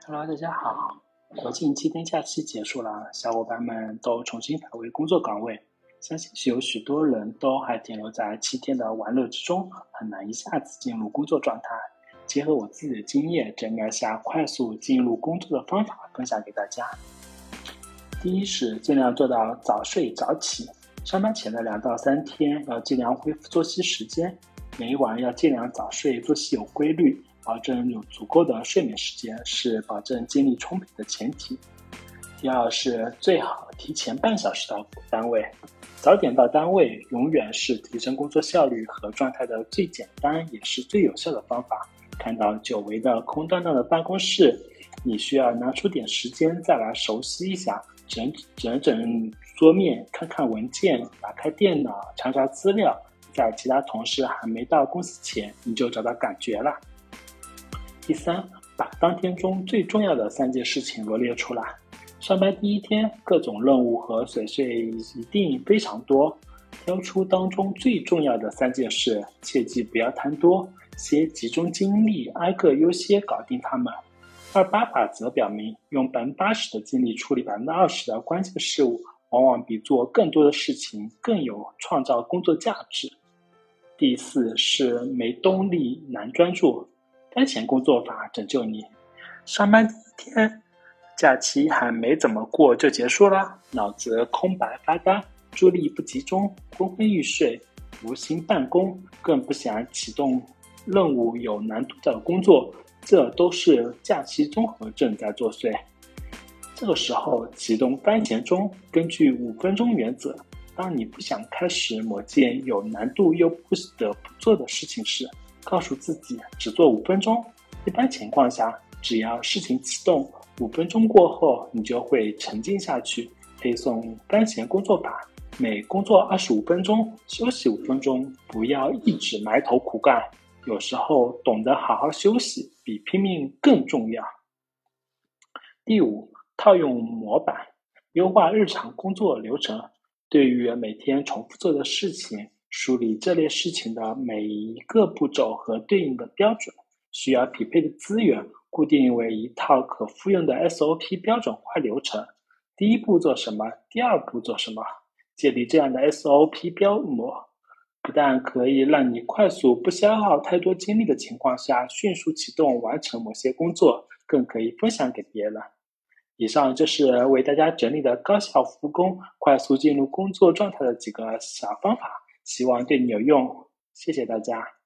Hello，大家好。国庆7天假期结束了，小伙伴们都重新返回工作岗位，相信是有许多人都还停留在7天的玩乐之中，很难一下子进入工作状态。结合我自己的经验，整理下快速进入工作的方法，分享给大家。第一是尽量做到早睡早起，上班前的2到3天要尽量恢复作息时间，每晚要尽量早睡，作息有规律，保证有足够的睡眠时间，是保证精力充沛的前提。第二是最好提前半小时到单位，早点到单位永远是提升工作效率和状态的最简单也是最有效的方法。看到久违的空荡荡的办公室，你需要拿出点时间再来熟悉一下，整桌面，看看文件，打开电脑，查查资料，在其他同事还没到公司前，你就找到感觉了。第三，把当天中最重要的3件事情罗列出来。上班第1天，各种任务和琐碎一定非常多，挑出当中最重要的3件事，切记不要贪多，先集中精力挨个优先搞定它们。28法则表明，用80%的精力处理20%的关键事物，往往比做更多的事情更有创造工作价值。第4是没动力难专注，当前工作法拯救你。上班第1天，假期还没怎么过就结束了，脑子空白发呆，注意力不集中，昏昏欲睡，无心办公，更不想启动任务有难度的工作，这都是假期综合症在作祟。这个时候启动番茄钟，根据5分钟原则，当你不想开始某件有难度又不得不做的事情时，告诉自己只做5分钟。一般情况下，只要事情启动，5分钟过后你就会沉浸下去。配送番茄工作法，每工作25分钟休息5分钟，不要一直埋头苦干，有时候懂得好好休息比拼命更重要。第5，套用模板，优化日常工作流程。对于每天重复做的事情，梳理这类事情的每一个步骤和对应的标准，需要匹配的资源，固定为一套可复用的 SOP 标准化流程。第1步做什么，第2步做什么。建立这样的 SOP 标模，不但可以让你快速不消耗太多精力的情况下迅速启动完成某些工作，更可以分享给别人。以上就是为大家整理的高效复工、快速进入工作状态的几个小方法，希望对你有用。谢谢大家。